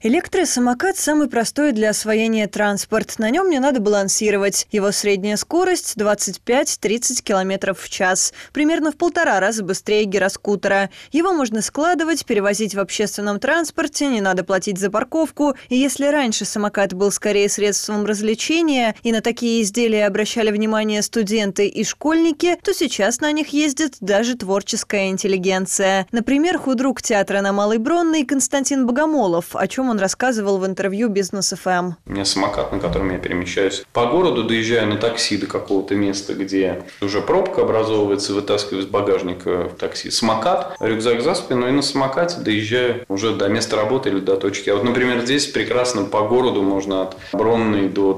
Электросамокат – самый простой для освоения транспорт. На нем не надо балансировать. Его средняя скорость – 25-30 км в час. Примерно в 1,5 раза быстрее гироскутера. Его можно складывать, перевозить в общественном транспорте, не надо платить за парковку. И если раньше самокат был скорее средством развлечения, и на такие изделия обращали внимание студенты и школьники, то сейчас на них ездит даже творческая интеллигенция. Например, худрук театра на Малой Бронной Константин Богомолов, о чем он рассказывал в интервью Бизнес ФМ. У меня самокат, на котором я перемещаюсь по городу, доезжаю на такси до какого-то места, где уже пробка образовывается, вытаскиваю из багажника в такси самокат, рюкзак за спину и на самокате доезжаю уже до места работы или до точки. А вот, например, здесь прекрасно по городу можно от Бронной до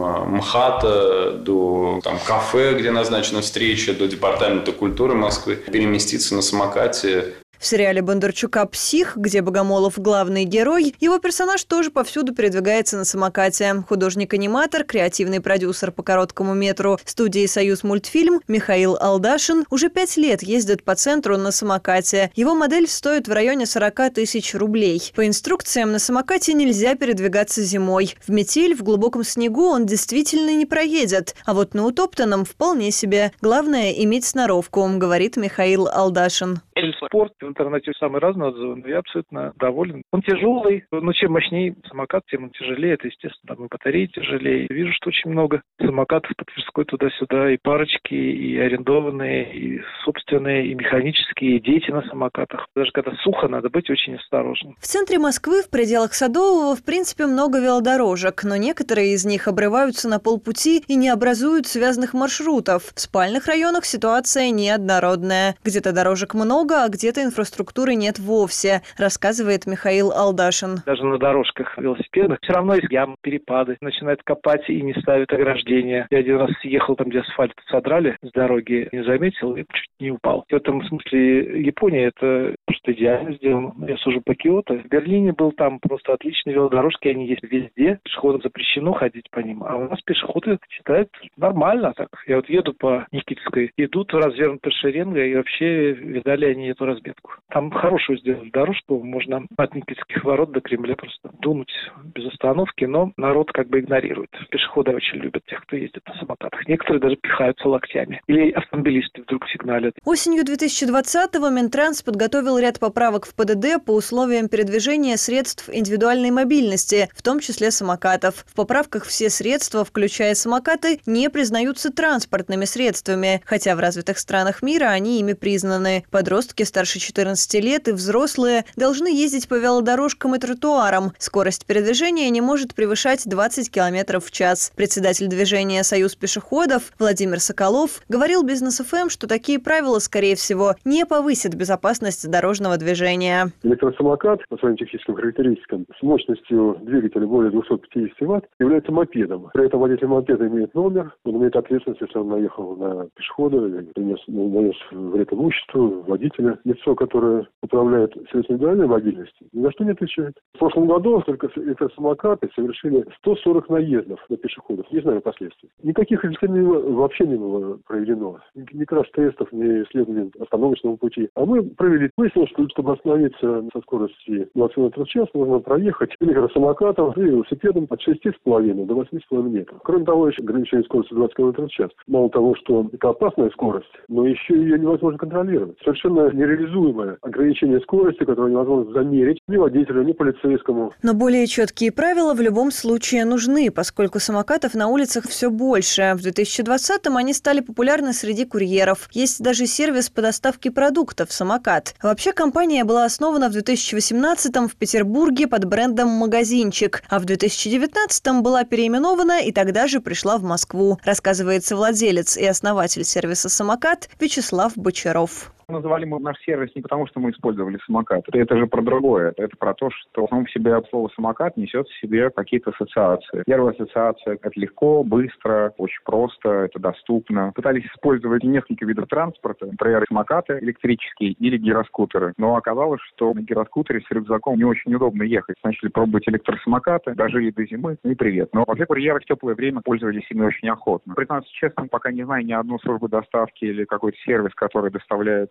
МХАТа, до кафе, где назначена встреча, до департамента культуры Москвы переместиться на самокате. В сериале Бондарчука «Псих», где Богомолов главный герой, его персонаж тоже повсюду передвигается на самокате. Художник-аниматор, креативный продюсер по короткому метру студии «Союзмультфильм» Михаил Алдашин уже 5 лет ездит по центру на самокате. Его модель стоит в районе 40 тысяч рублей. По инструкциям на самокате нельзя передвигаться зимой. В метель, в глубоком снегу он действительно не проедет. А вот на утоптанном вполне себе. Главное – иметь сноровку, говорит Михаил Алдашин. Спорт в интернете самые разные отзывы, но я абсолютно доволен. Он тяжелый, но чем мощнее самокат, тем он тяжелее. Это, естественно, и батареи тяжелее. Вижу, что очень много самокатов по Тверской туда-сюда, и парочки, и арендованные, и собственные, и механические, и дети на самокатах. Даже когда сухо, надо быть очень осторожным. В центре Москвы, в пределах Садового, в принципе, много велодорожек, но некоторые из них обрываются на полпути и не образуют связанных маршрутов. В спальных районах ситуация неоднородная. Где-то дорожек много, а где-то инфраструктуры нет вовсе, рассказывает Михаил Алдашин. Даже на дорожках велосипедных все равно есть ямы, перепады. Начинают копать и не ставят ограждения. Я один раз ехал там, где асфальт содрали с дороги, не заметил и чуть не упал. В этом смысле Япония это просто идеально сделано. Я сужу по Киото. В Берлине был там просто отличные велодорожки, они есть везде. Пешеходам запрещено ходить по ним. А у нас пешеходы считают нормально так. Я вот еду по Никитской, идут развернутая шеренга, и вообще видали они эту разметку. Там хорошую сделали дорожку, можно от Никитских ворот до Кремля просто дунуть без остановки, но народ как бы игнорирует. Пешеходы очень любят тех, кто ездит на самокатах. Некоторые даже пихаются локтями. Или автомобилисты вдруг сигналят. Осенью 2020-го Минтранс подготовил ряд поправок в ПДД по условиям передвижения средств индивидуальной мобильности, в том числе самокатов. В поправках все средства, включая самокаты, не признаются транспортными средствами, хотя в развитых странах мира они ими признаны. Подростки старше 14 лет и взрослые должны ездить по велодорожкам и тротуарам. Скорость передвижения не может превышать 20 км в час. Председатель движения «Союз пешеходов» Владимир Соколов говорил Бизнес ФМ, что такие правила, скорее всего, не повысят безопасность дорожного движения. Электросамокат по своим техническим характеристикам с мощностью двигателя более 250 Вт является мопедом. При этом водитель мопеда имеет номер, он имеет ответственность, если он наехал на пешехода или нанес вред имуществу водителя. Лицо, которое управляет средством индивидуальной мобильности, ни за что не отвечает. В прошлом году только электросамокаты совершили 140 наездов на пешеходов. Не знаю последствий. Никаких исследований вообще не было проведено. Ни краш-тестов, ни исследований остановочного пути. А мы провели. Выяснилось, что чтобы остановиться со скоростью 20 км в час, нужно проехать электросамокатом и велосипедом от 6,5 до 8,5 метров. Кроме того, еще ограничение скорости 20 км в час. Мало того, что это опасная скорость, но еще ее невозможно контролировать. Совершенно нереализуемое ограничение скорости, которое невозможно замерить ни водителю, ни полицейскому. Но более четкие правила в любом случае нужны, поскольку самокатов на улицах все больше. В 2020-м они стали популярны среди курьеров. Есть даже сервис по доставке продуктов «Самокат». Вообще компания была основана в 2018-м в Петербурге под брендом «Магазинчик», а в 2019-м была переименована и тогда же пришла в Москву, рассказывает совладелец и основатель сервиса «Самокат» Вячеслав Бочаров. Называли мы наш сервис не потому, что мы использовали самокат. Это же про другое. Это про то, что в себе слово «самокат» несет в себе какие-то ассоциации. Первая ассоциация – это легко, быстро, очень просто, это доступно. Пытались использовать несколько видов транспорта, например, самокаты электрические или гироскутеры. Но оказалось, что на гироскутере с рюкзаком не очень удобно ехать. Начали пробовать электросамокаты, дожили до зимы, и привет. Но вообще курьеры в теплое время пользовались ими очень охотно. Признаться честно, пока не знаю ни одну службу доставки или какой-то сервис, который доставляет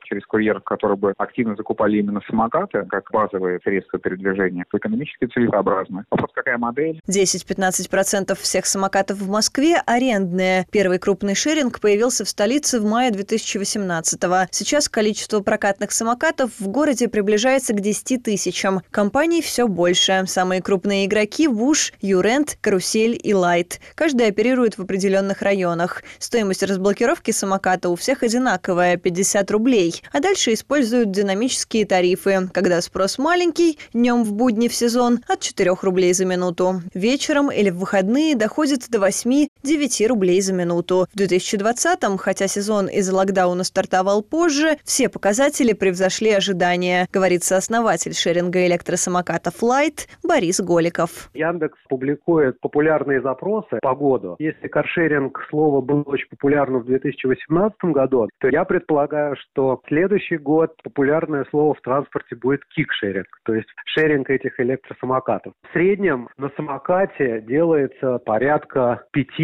через курьеров, которые бы активно закупали именно самокаты, как базовые средства передвижения, то экономически целесообразно. Вопрос, какая модель? 10-15% всех самокатов в Москве арендные. Первый крупный шеринг появился в столице в мае 2018-го. Сейчас количество прокатных самокатов в городе приближается к 10 тысячам. Компаний все больше. Самые крупные игроки – Вуш, Юрент, Карусель и Лайт. Каждый оперирует в определенных районах. Стоимость разблокировки самоката у всех одинаковая – 50 рублей. А дальше используют динамические тарифы. Когда спрос маленький, днем в будни в сезон – от 4 рублей за минуту. Вечером или в выходные доходит до 8-9 рублей за минуту. В 2020-м, хотя сезон из-за локдауна стартовал позже, все показатели превзошли ожидания, говорит сооснователь шеринга электросамокатов Лайт Борис Голиков. Яндекс публикует популярные запросы по году. Если каршеринг, слово, было очень популярно в 2018 году, то я предполагаю, что в следующий год популярное слово в транспорте будет кикшеринг, то есть шеринг этих электросамокатов. В среднем на самокате делается порядка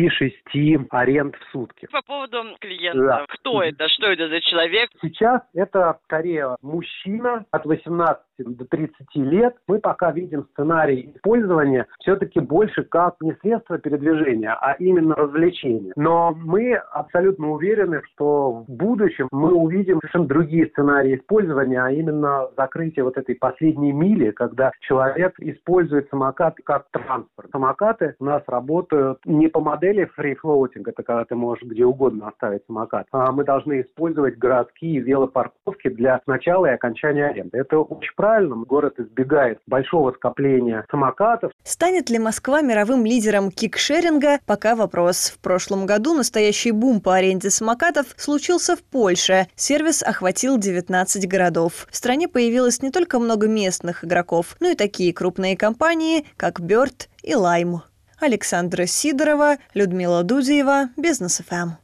5-6 аренд в сутки. По поводу клиента, Кто это, что это за человек? Сейчас это скорее мужчина от 18 до 30 лет. Мы пока видим сценарий использования все-таки больше как не средство передвижения, а именно развлечение. Но мы абсолютно уверены, что в будущем мы увидим совершенно другие сценарии использования, а именно закрытие вот этой последней мили, когда человек использует самокат как транспорт. Самокаты у нас работают не по модели free-floating, это когда ты можешь где угодно оставить самокат, а мы должны использовать городские велопарковки для начала и окончания аренды. Это очень правильно. Город избегает большого скопления самокатов. Станет ли Москва мировым лидером кикшеринга? Пока вопрос. В прошлом году настоящий бум по аренде самокатов случился в Польше. Сервис охватил 19 городов. В стране появилось не только много местных игроков, но и такие крупные компании, как Bird и Lime. Александра Сидорова, Людмила Дудеева, Бизнес ФМ.